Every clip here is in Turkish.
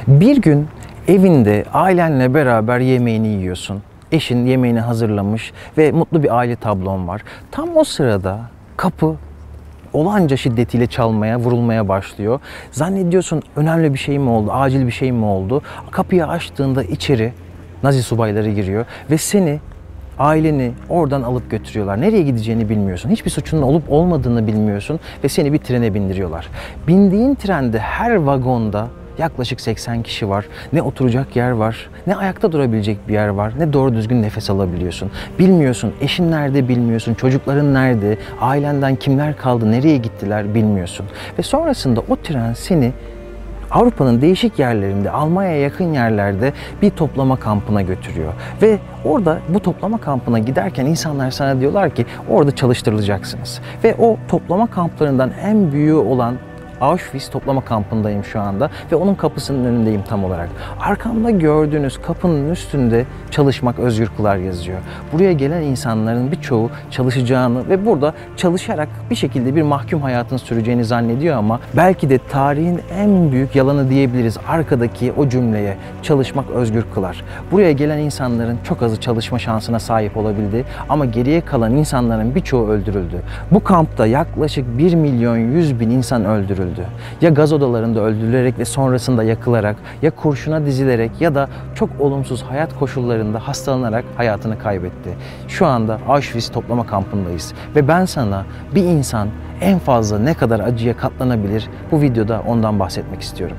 Bir gün evinde ailenle beraber yemeğini yiyorsun. Eşin yemeğini hazırlamış ve mutlu bir aile tablon var. Tam o sırada kapı olağanca şiddetiyle çalmaya, vurulmaya başlıyor. Zannediyorsun önemli bir şey mi oldu, acil bir şey mi oldu? Kapıyı açtığında içeri Nazi subayları giriyor ve seni, aileni oradan alıp götürüyorlar. Nereye gideceğini bilmiyorsun. Hiçbir suçunun olup olmadığını bilmiyorsun ve seni bir trene bindiriyorlar. Bindiğin trende her vagonda yaklaşık 80 kişi var. Ne oturacak yer var, ne ayakta durabilecek bir yer var, ne doğru düzgün nefes alabiliyorsun. Bilmiyorsun, eşin nerede bilmiyorsun, çocukların nerede, ailenden kimler kaldı, nereye gittiler bilmiyorsun. Ve sonrasında o tren seni Avrupa'nın değişik yerlerinde, Almanya'ya yakın yerlerde bir toplama kampına götürüyor. Ve orada bu toplama kampına giderken insanlar sana diyorlar ki orada çalıştırılacaksınız. Ve o toplama kamplarından en büyüğü olan Auschwitz toplama kampındayım şu anda ve onun kapısının önündeyim tam olarak. Arkamda gördüğünüz kapının üstünde çalışmak özgür kılar yazıyor. Buraya gelen insanların birçoğu çalışacağını ve burada çalışarak bir şekilde bir mahkum hayatını süreceğini zannediyor ama belki de tarihin en büyük yalanı diyebiliriz arkadaki o cümleye: çalışmak özgür kılar. Buraya gelen insanların çok azı çalışma şansına sahip olabildi ama geriye kalan insanların birçoğu öldürüldü. Bu kampta yaklaşık 1.100.000 insan öldürüldü. Ya gaz odalarında öldürülerek ve sonrasında yakılarak, ya kurşuna dizilerek ya da çok olumsuz hayat koşullarında hastalanarak hayatını kaybetti. Şu anda Auschwitz toplama kampındayız ve ben sana bir insan en fazla ne kadar acıya katlanabilir bu videoda ondan bahsetmek istiyorum.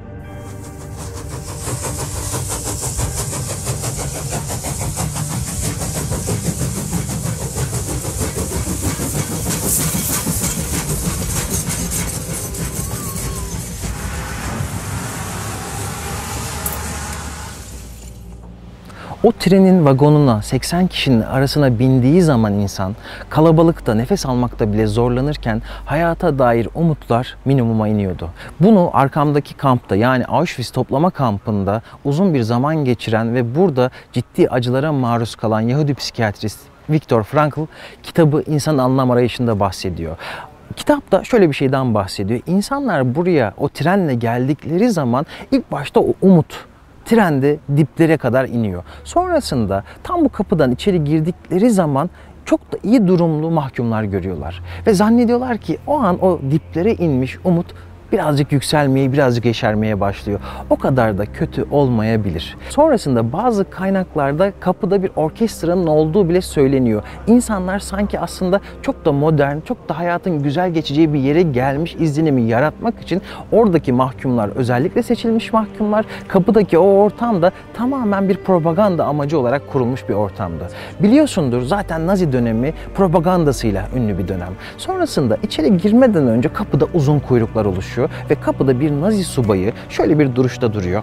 O trenin vagonuna 80 kişinin arasına bindiği zaman insan kalabalıkta nefes almakta bile zorlanırken hayata dair umutlar minimuma iniyordu. Bunu arkamdaki kampta, yani Auschwitz toplama kampında uzun bir zaman geçiren ve burada ciddi acılara maruz kalan Yahudi psikiyatrist Viktor Frankl kitabı İnsan Anlam Arayışı'nda bahsediyor. Kitapta şöyle bir şeyden bahsediyor. İnsanlar buraya o trenle geldikleri zaman ilk başta o umut trende diplere kadar iniyor. Sonrasında tam bu kapıdan içeri girdikleri zaman çok da iyi durumlu mahkumlar görüyorlar. Ve zannediyorlar ki o an o diplere inmiş umut birazcık yükselmeye, birazcık yeşermeye başlıyor. O kadar da kötü olmayabilir. Sonrasında bazı kaynaklarda kapıda bir orkestranın olduğu bile söyleniyor. İnsanlar sanki aslında çok da modern, çok da hayatın güzel geçeceği bir yere gelmiş izlenimi yaratmak için oradaki mahkumlar, özellikle seçilmiş mahkumlar, kapıdaki o ortam da tamamen bir propaganda amacı olarak kurulmuş bir ortamdı. Biliyorsundur zaten Nazi dönemi propagandasıyla ünlü bir dönem. Sonrasında içeri girmeden önce kapıda uzun kuyruklar oluşuyor. Ve kapıda bir Nazi subayı şöyle bir duruşta duruyor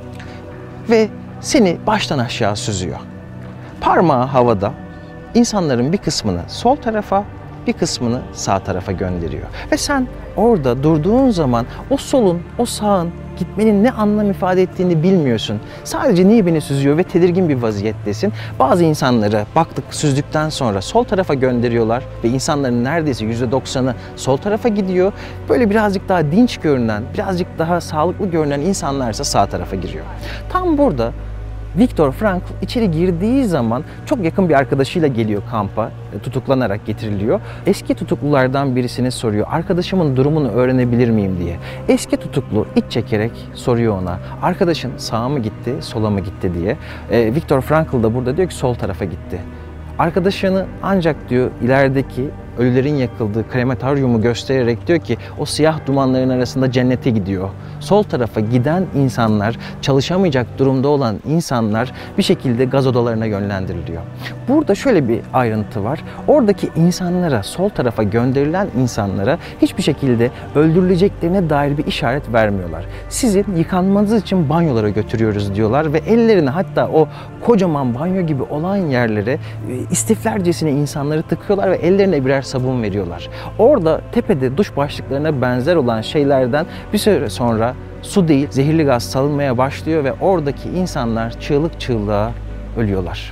ve seni baştan aşağı süzüyor. Parmağı havada, insanların bir kısmını sol tarafa, bir kısmını sağ tarafa gönderiyor. Ve sen orada durduğun zaman o solun, o sağın gitmenin ne anlam ifade ettiğini bilmiyorsun. Sadece niye beni süzüyor ve tedirgin bir vaziyettesin. Bazı insanları baktık süzdükten sonra sol tarafa gönderiyorlar ve insanların neredeyse %90'ı sol tarafa gidiyor. Böyle birazcık daha dinç görünen, birazcık daha sağlıklı görünen insanlarsa sağ tarafa giriyor. Tam burada Viktor Frankl içeri girdiği zaman çok yakın bir arkadaşıyla geliyor kampa, tutuklanarak getiriliyor. Eski tutuklulardan birisine soruyor, arkadaşımın durumunu öğrenebilir miyim diye. Eski tutuklu iç çekerek soruyor ona, arkadaşın sağa mı gitti, sola mı gitti diye. Viktor Frankl da burada diyor ki sol tarafa gitti. Arkadaşını ancak diyor ilerideki ölülerin yakıldığı krematoryumu göstererek diyor ki o siyah dumanların arasında cennete gidiyor. Sol tarafa giden insanlar, çalışamayacak durumda olan insanlar bir şekilde gaz odalarına yönlendiriliyor. Burada şöyle bir ayrıntı var. Oradaki insanlara, sol tarafa gönderilen insanlara hiçbir şekilde öldürüleceklerine dair bir işaret vermiyorlar. Sizin yıkanmanız için banyolara götürüyoruz diyorlar ve ellerini hatta o kocaman banyo gibi olan yerlere istiflercesine insanları tıkıyorlar ve ellerine birer sabun veriyorlar. Orada tepede duş başlıklarına benzer olan şeylerden bir süre sonra su değil zehirli gaz salınmaya başlıyor ve oradaki insanlar çığlık çığlığa ölüyorlar.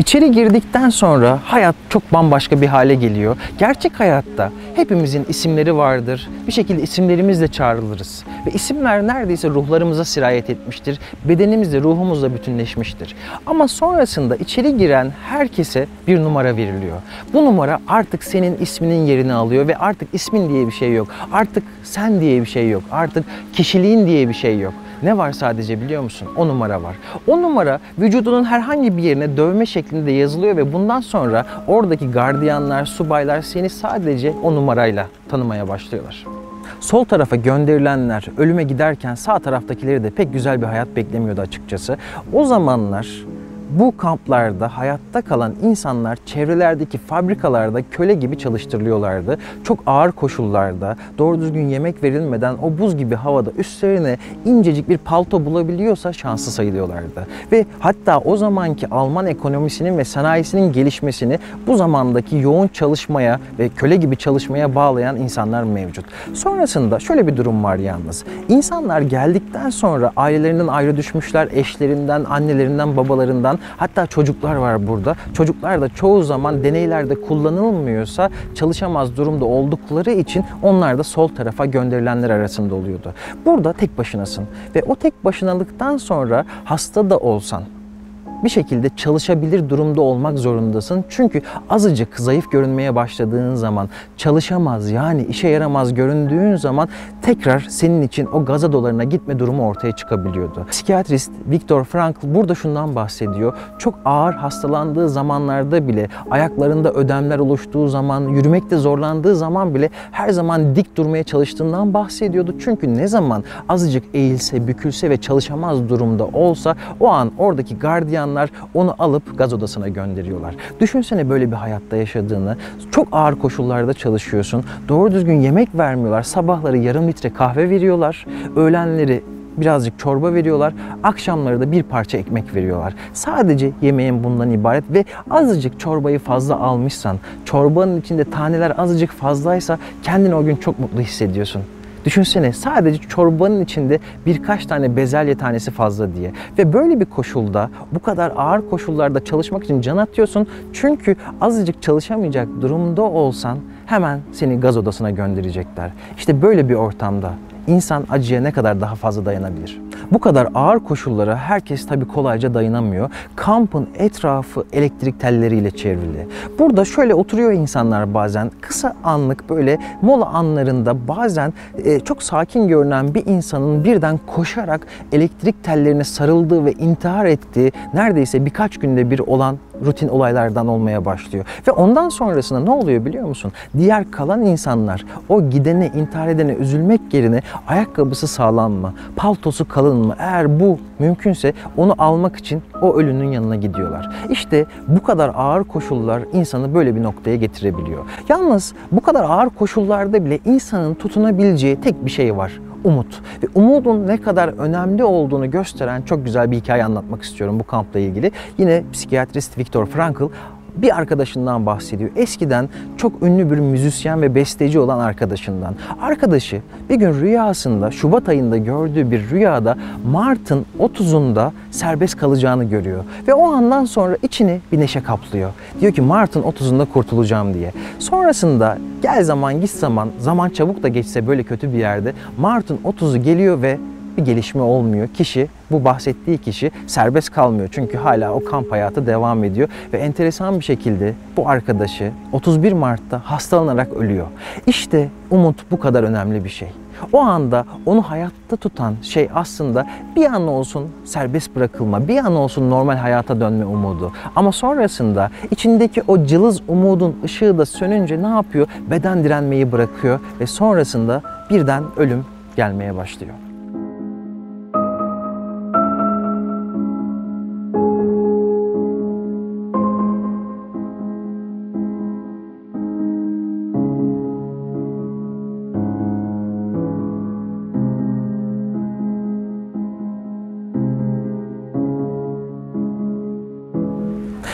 İçeri girdikten sonra hayat çok bambaşka bir hale geliyor. Gerçek hayatta hepimizin isimleri vardır. Bir şekilde isimlerimizle çağrılırız. Ve isimler neredeyse ruhlarımıza sirayet etmiştir. Bedenimizle, ruhumuzla bütünleşmiştir. Ama sonrasında içeri giren herkese bir numara veriliyor. Bu numara artık senin isminin yerini alıyor ve artık ismin diye bir şey yok. Artık sen diye bir şey yok. Artık kişiliğin diye bir şey yok. Ne var sadece biliyor musun? O numara var. O numara vücudunun herhangi bir yerine dövme şeklinde yazılıyor ve bundan sonra oradaki gardiyanlar, subaylar seni sadece o numarayla tanımaya başlıyorlar. Sol tarafa gönderilenler ölüme giderken sağ taraftakileri de pek güzel bir hayat beklemiyordu açıkçası. O zamanlar bu kamplarda hayatta kalan insanlar çevrelerdeki fabrikalarda köle gibi çalıştırılıyorlardı. Çok ağır koşullarda, doğru düzgün yemek verilmeden o buz gibi havada üstlerine incecik bir palto bulabiliyorsa şanslı sayılıyorlardı. Ve hatta o zamanki Alman ekonomisinin ve sanayisinin gelişmesini bu zamandaki yoğun çalışmaya ve köle gibi çalışmaya bağlayan insanlar mevcut. Sonrasında şöyle bir durum var yalnız. İnsanlar geldikten sonra ailelerinden ayrı düşmüşler, eşlerinden, annelerinden, babalarından. Hatta çocuklar var burada. Çocuklar da çoğu zaman deneylerde kullanılmıyorsa çalışamaz durumda oldukları için onlar da sol tarafa gönderilenler arasında oluyordu. Burada tek başınasın ve o tek başınalıktan sonra hasta da olsan bir şekilde çalışabilir durumda olmak zorundasın. Çünkü azıcık zayıf görünmeye başladığın zaman, çalışamaz yani işe yaramaz göründüğün zaman tekrar senin için o gaz odalarına gitme durumu ortaya çıkabiliyordu. Psikiyatrist Viktor Frankl burada şundan bahsediyor. Çok ağır hastalandığı zamanlarda bile, ayaklarında ödemler oluştuğu zaman, yürümekte zorlandığı zaman bile her zaman dik durmaya çalıştığından bahsediyordu. Çünkü ne zaman azıcık eğilse, bükülse ve çalışamaz durumda olsa o an oradaki gardiyan onu alıp gaz odasına gönderiyorlar. Düşünsene böyle bir hayatta yaşadığını, çok ağır koşullarda çalışıyorsun, doğru düzgün yemek vermiyorlar, sabahları yarım litre kahve veriyorlar, öğlenleri birazcık çorba veriyorlar, akşamları da bir parça ekmek veriyorlar. Sadece yemeğin bundan ibaret ve azıcık çorbayı fazla almışsan, çorbanın içinde taneler azıcık fazlaysa kendini o gün çok mutlu hissediyorsun. Düşünsene sadece çorbanın içinde birkaç tane bezelye tanesi fazla diye. Ve böyle bir koşulda, bu kadar ağır koşullarda çalışmak için can atıyorsun. Çünkü azıcık çalışamayacak durumda olsan hemen seni gaz odasına gönderecekler. İşte böyle bir ortamda İnsan acıya ne kadar daha fazla dayanabilir? Bu kadar ağır koşullara herkes tabii kolayca dayanamıyor. Kampın etrafı elektrik telleriyle çevrili. Burada şöyle oturuyor insanlar bazen. Kısa anlık böyle mola anlarında bazen çok sakin görünen bir insanın birden koşarak elektrik tellerine sarıldığı ve intihar ettiği neredeyse birkaç günde bir olan rutin olaylardan olmaya başlıyor. Ve ondan sonrasında ne oluyor biliyor musun? Diğer kalan insanlar o gidene, intihar edene üzülmek yerine ayakkabısı sağlam mı, paltosu kalın mı, eğer bu mümkünse onu almak için o ölünün yanına gidiyorlar. İşte bu kadar ağır koşullar insanı böyle bir noktaya getirebiliyor. Yalnız bu kadar ağır koşullarda bile insanın tutunabileceği tek bir şey var. Umut. Ve umudun ne kadar önemli olduğunu gösteren çok güzel bir hikaye anlatmak istiyorum bu kampla ilgili. Yine psikiyatrist Viktor Frankl bir arkadaşından bahsediyor. Eskiden çok ünlü bir müzisyen ve besteci olan arkadaşından. Arkadaşı bir gün rüyasında, Şubat ayında gördüğü bir rüyada Mart'ın 30'unda serbest kalacağını görüyor. Ve o andan sonra içini bir neşe kaplıyor. Diyor ki Mart'ın 30'unda kurtulacağım diye. Sonrasında gel zaman git zaman, zaman çabuk da geçse böyle kötü bir yerde Mart'ın 30'u geliyor ve bir gelişme olmuyor. Kişi, bu bahsettiği kişi serbest kalmıyor. Çünkü hala o kamp hayatı devam ediyor. Ve enteresan bir şekilde bu arkadaşı 31 Mart'ta hastalanarak ölüyor. İşte umut bu kadar önemli bir şey. O anda onu hayatta tutan şey aslında bir an olsun serbest bırakılma, bir an olsun normal hayata dönme umudu. Ama sonrasında içindeki o cılız umudun ışığı da sönünce ne yapıyor? Beden direnmeyi bırakıyor ve sonrasında birden ölüm gelmeye başlıyor.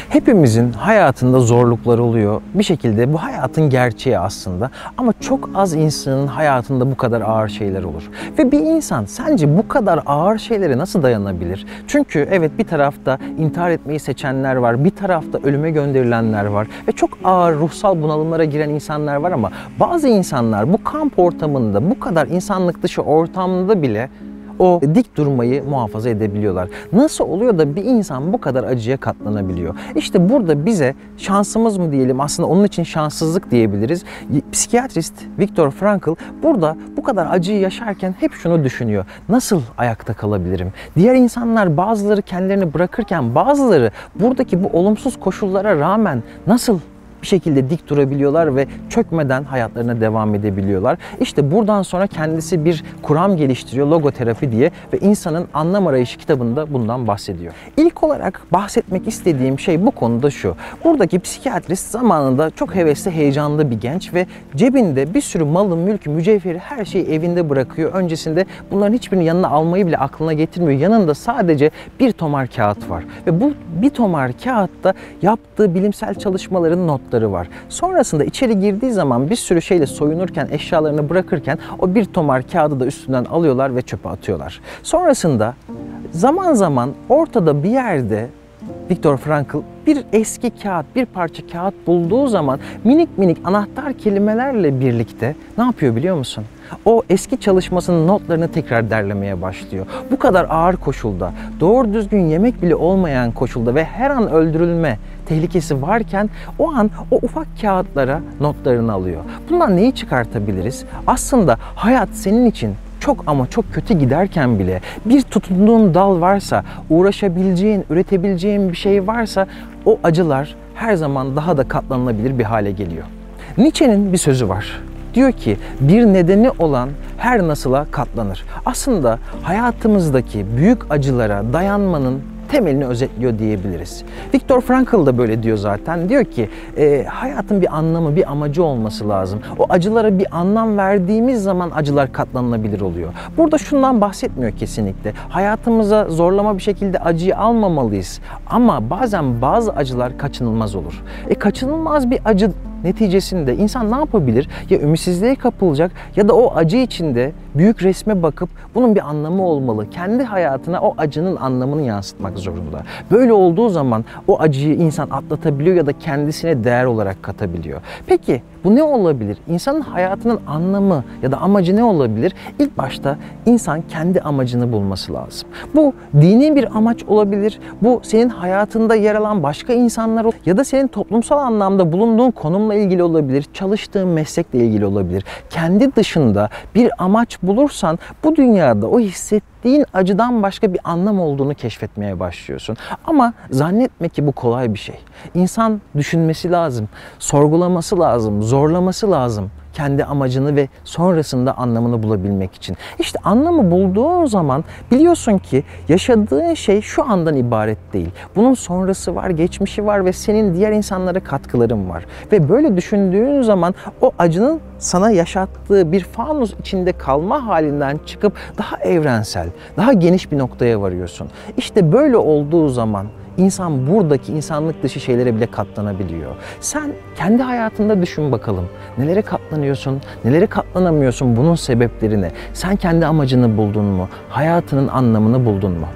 Hepimizin hayatında zorluklar oluyor. Bir şekilde bu hayatın gerçeği aslında. Ama çok az insanın hayatında bu kadar ağır şeyler olur. Ve bir insan sence bu kadar ağır şeylere nasıl dayanabilir? Çünkü evet, bir tarafta intihar etmeyi seçenler var, bir tarafta ölüme gönderilenler var ve çok ağır ruhsal bunalımlara giren insanlar var, ama bazı insanlar bu kamp ortamında, bu kadar insanlık dışı ortamda bile o dik durmayı muhafaza edebiliyorlar. Nasıl oluyor da bir insan bu kadar acıya katlanabiliyor? İşte burada bize şansımız mı diyelim, aslında onun için şanssızlık diyebiliriz. Psikiyatrist Viktor Frankl burada bu kadar acıyı yaşarken hep şunu düşünüyor: nasıl ayakta kalabilirim? Diğer insanlar, bazıları kendilerini bırakırken bazıları buradaki bu olumsuz koşullara rağmen nasıl bir şekilde dik durabiliyorlar ve çökmeden hayatlarına devam edebiliyorlar. İşte buradan sonra kendisi bir kuram geliştiriyor, logoterapi diye, ve insanın anlam arayışı kitabında bundan bahsediyor. İlk olarak bahsetmek istediğim şey bu konuda şu: buradaki psikiyatrist zamanında çok hevesli, heyecanlı bir genç ve cebinde bir sürü malı, mülkü, mücevheri, her şeyi evinde bırakıyor. Öncesinde bunların hiçbirini yanına almayı bile aklına getirmiyor. Yanında sadece bir tomar kağıt var ve bu bir tomar kağıtta yaptığı bilimsel çalışmaların notları var. Sonrasında içeri girdiği zaman bir sürü şeyle soyunurken, eşyalarını bırakırken o bir tomar kağıdı da üstünden alıyorlar ve çöpe atıyorlar. Sonrasında zaman zaman ortada bir yerde Viktor Frankl bir eski kağıt, bir parça kağıt bulduğu zaman minik minik anahtar kelimelerle birlikte ne yapıyor biliyor musun? O eski çalışmasının notlarını tekrar derlemeye başlıyor. Bu kadar ağır koşulda, doğru düzgün yemek bile olmayan koşulda ve her an öldürülme tehlikesi varken o an o ufak kağıtlara notlarını alıyor. Bundan neyi çıkartabiliriz? Aslında hayat senin için çok ama çok kötü giderken bile bir tutunduğun dal varsa, uğraşabileceğin, üretebileceğin bir şey varsa, o acılar her zaman daha da katlanılabilir bir hale geliyor. Nietzsche'nin bir sözü var. Diyor ki, bir nedeni olan her nasıla katlanır. Aslında hayatımızdaki büyük acılara dayanmanın temelini özetliyor diyebiliriz. Viktor Frankl da böyle diyor zaten. Diyor ki hayatın bir anlamı, bir amacı olması lazım. O acılara bir anlam verdiğimiz zaman acılar katlanılabilir oluyor. Burada şundan bahsetmiyor kesinlikle. Hayatımıza zorlama bir şekilde acıyı almamalıyız. Ama bazen bazı acılar kaçınılmaz olur. Kaçınılmaz bir acı neticesinde insan ne yapabilir? Ya ümitsizliğe kapılacak ya da o acı içinde büyük resme bakıp bunun bir anlamı olmalı. Kendi hayatına o acının anlamını yansıtmak zorunda. Böyle olduğu zaman o acıyı insan atlatabiliyor ya da kendisine değer olarak katabiliyor. Peki bu ne olabilir? İnsanın hayatının anlamı ya da amacı ne olabilir? İlk başta insan kendi amacını bulması lazım. Bu dini bir amaç olabilir. Bu senin hayatında yer alan başka insanlar ya da senin toplumsal anlamda bulunduğun konumla ilgili olabilir. Çalıştığın meslekle ilgili olabilir. Kendi dışında bir amaç bulursan bu dünyada o hissettiğin acıdan başka bir anlam olduğunu keşfetmeye başlıyorsun. Ama zannetme ki bu kolay bir şey. İnsan düşünmesi lazım, sorgulaması lazım, zorlaması lazım kendi amacını ve sonrasında anlamını bulabilmek için. İşte anlamı bulduğun zaman biliyorsun ki yaşadığın şey şu andan ibaret değil. Bunun sonrası var, geçmişi var ve senin diğer insanlara katkıların var. Ve böyle düşündüğün zaman o acının sana yaşattığı bir fanus içinde kalma halinden çıkıp daha evrensel, daha geniş bir noktaya varıyorsun. İşte böyle olduğu zaman İnsan buradaki insanlık dışı şeylere bile katlanabiliyor. Sen kendi hayatında düşün bakalım. Nelere katlanıyorsun, nelere katlanamıyorsun, bunun sebepleri ne? Sen kendi amacını buldun mu? Hayatının anlamını buldun mu?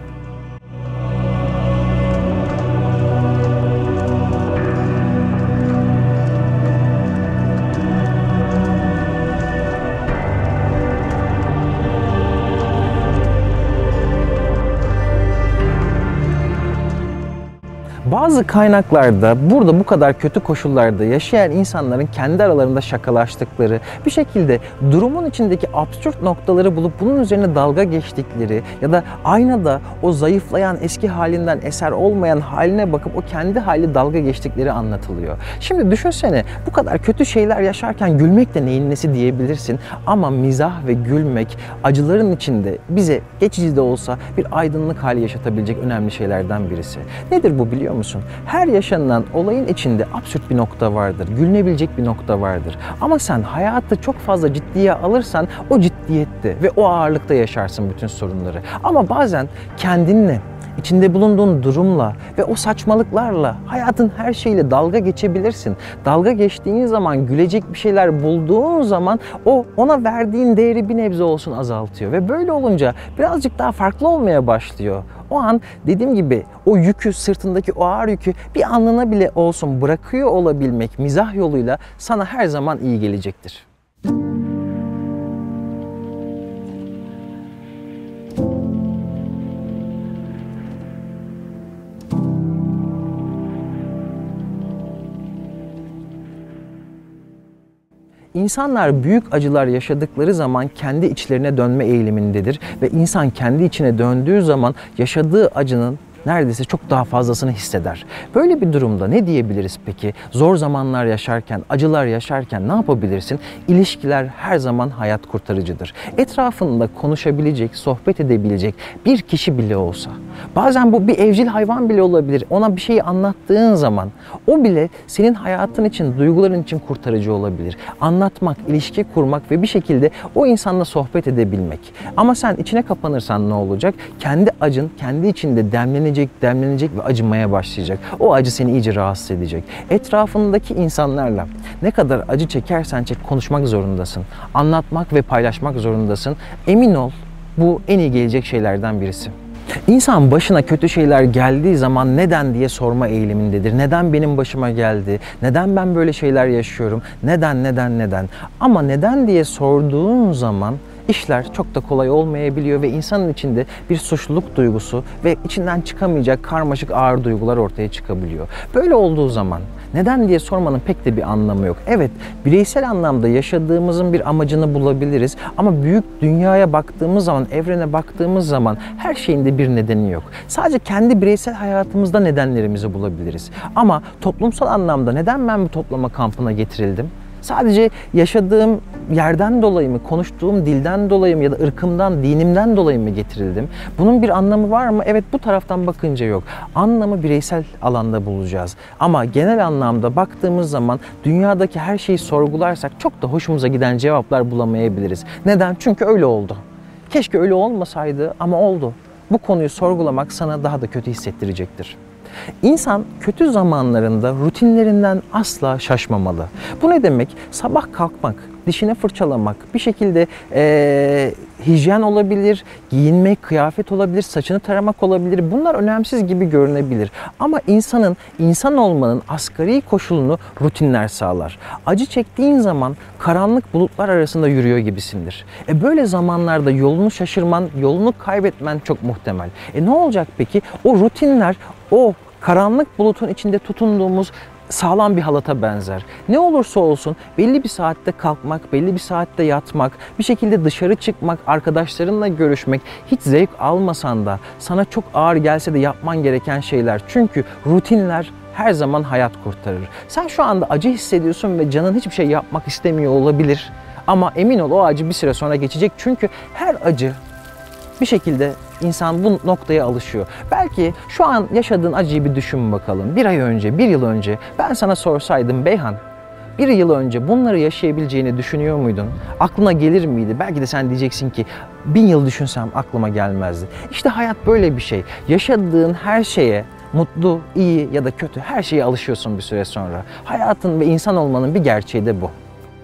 Bazı kaynaklarda burada bu kadar kötü koşullarda yaşayan insanların kendi aralarında şakalaştıkları, bir şekilde durumun içindeki absürt noktaları bulup bunun üzerine dalga geçtikleri ya da aynada o zayıflayan, eski halinden eser olmayan haline bakıp o kendi hali dalga geçtikleri anlatılıyor. Şimdi düşünsene, bu kadar kötü şeyler yaşarken gülmek de neyin nesi diyebilirsin, ama mizah ve gülmek acıların içinde bize geçici de olsa bir aydınlık hali yaşatabilecek önemli şeylerden birisi. Nedir bu biliyor musun? Her yaşanılan olayın içinde absürt bir nokta vardır, gülünebilecek bir nokta vardır. Ama sen hayatı çok fazla ciddiye alırsan o ciddiyette ve o ağırlıkta yaşarsın bütün sorunları. Ama bazen kendinle içinde bulunduğun durumla ve o saçmalıklarla, hayatın her şeyiyle dalga geçebilirsin. Dalga geçtiğin zaman, gülecek bir şeyler bulduğun zaman ona verdiğin değeri bir nebze olsun azaltıyor. Ve böyle olunca birazcık daha farklı olmaya başlıyor. O an dediğim gibi o yükü, sırtındaki o ağır yükü bir anlığına bile olsun bırakıyor olabilmek mizah yoluyla sana her zaman iyi gelecektir. İnsanlar büyük acılar yaşadıkları zaman kendi içlerine dönme eğilimindedir ve insan kendi içine döndüğü zaman yaşadığı acının neredeyse çok daha fazlasını hisseder. Böyle bir durumda ne diyebiliriz peki? Zor zamanlar yaşarken, acılar yaşarken ne yapabilirsin? İlişkiler her zaman hayat kurtarıcıdır. Etrafında konuşabilecek, sohbet edebilecek bir kişi bile olsa, bazen bu bir evcil hayvan bile olabilir. Ona bir şeyi anlattığın zaman o bile senin hayatın için, duyguların için kurtarıcı olabilir. Anlatmak, ilişki kurmak ve bir şekilde o insanla sohbet edebilmek. Ama sen içine kapanırsan ne olacak? Kendi acın kendi içinde demlenecek ve acımaya başlayacak. O acı seni iyice rahatsız edecek. Etrafındaki insanlarla ne kadar acı çekersen çek konuşmak zorundasın. Anlatmak ve paylaşmak zorundasın. Emin ol bu en iyi gelecek şeylerden birisi. İnsan başına kötü şeyler geldiği zaman neden diye sorma eğilimindedir. Neden benim başıma geldi? Neden ben böyle şeyler yaşıyorum? Neden? Ama neden diye sorduğun zaman İşler çok da kolay olmayabiliyor ve insanın içinde bir suçluluk duygusu ve içinden çıkamayacak karmaşık ağır duygular ortaya çıkabiliyor. Böyle olduğu zaman neden diye sormanın pek de bir anlamı yok. Evet, bireysel anlamda yaşadığımızın bir amacını bulabiliriz ama büyük dünyaya baktığımız zaman, evrene baktığımız zaman her şeyin de bir nedeni yok. Sadece kendi bireysel hayatımızda nedenlerimizi bulabiliriz. Ama toplumsal anlamda neden ben bu toplama kampına getirildim? Sadece yaşadığım yerden dolayı mı, konuştuğum dilden dolayı mı ya da ırkımdan, dinimden dolayı mı getirildim? Bunun bir anlamı var mı? Evet, bu taraftan bakınca yok. Anlamı bireysel alanda bulacağız. Ama genel anlamda baktığımız zaman dünyadaki her şeyi sorgularsak çok da hoşumuza giden cevaplar bulamayabiliriz. Neden? Çünkü öyle oldu. Keşke öyle olmasaydı ama oldu. Bu konuyu sorgulamak sana daha da kötü hissettirecektir. İnsan kötü zamanlarında rutinlerinden asla şaşmamalı. Bu ne demek? Sabah kalkmak, dişini fırçalamak, bir şekilde hijyen olabilir, giyinmek, kıyafet olabilir, saçını taramak olabilir. Bunlar önemsiz gibi görünebilir. Ama insanın insan olmanın asgari koşulunu rutinler sağlar. Acı çektiğin zaman karanlık bulutlar arasında yürüyor gibisindir. Böyle zamanlarda yolunu şaşırman, yolunu kaybetmen çok muhtemel. Ne olacak peki? O rutinler, o karanlık bulutun içinde tutunduğumuz sağlam bir halata benzer. Ne olursa olsun belli bir saatte kalkmak, belli bir saatte yatmak, bir şekilde dışarı çıkmak, arkadaşlarınla görüşmek, hiç zevk almasan da sana çok ağır gelse de yapman gereken şeyler. Çünkü rutinler her zaman hayat kurtarır. Sen şu anda acı hissediyorsun ve canın hiçbir şey yapmak istemiyor olabilir. Ama emin ol o acı bir süre sonra geçecek. Çünkü her acı bir şekilde insan bu noktaya alışıyor. Belki şu an yaşadığın acıyı bir düşün bakalım. Bir ay önce, bir yıl önce ben sana sorsaydım Beyhan, bir yıl önce bunları yaşayabileceğini düşünüyor muydun? Aklına gelir miydi? Belki de sen diyeceksin ki 1000 yıl düşünsem aklıma gelmezdi. İşte hayat böyle bir şey. Yaşadığın her şeye, mutlu, iyi ya da kötü her şeye alışıyorsun bir süre sonra. Hayatın ve insan olmanın bir gerçeği de bu.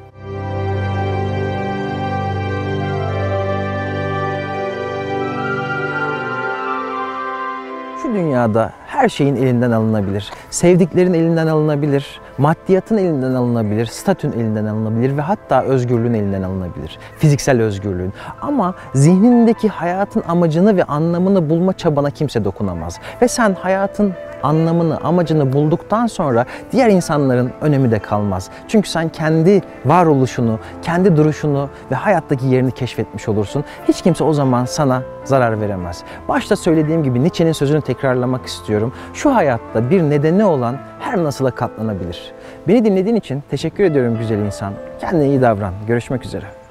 Şu dünyada her şeyin elinden alınabilir. Sevdiklerin elinden alınabilir, maddiyatın elinden alınabilir, statün elinden alınabilir ve hatta özgürlüğün elinden alınabilir. Fiziksel özgürlüğün. Ama zihnindeki hayatın amacını ve anlamını bulma çabana kimse dokunamaz. Ve sen hayatın anlamını, amacını bulduktan sonra diğer insanların önemi de kalmaz. Çünkü sen kendi varoluşunu, kendi duruşunu ve hayattaki yerini keşfetmiş olursun. Hiç kimse o zaman sana zarar veremez. Başta söylediğim gibi Nietzsche'nin sözünü tekrarlamak istiyorum. Şu hayatta bir nedeni olan her nasıla katlanabilir. Beni dinlediğin için teşekkür ediyorum güzel insan. Kendine iyi davran. Görüşmek üzere.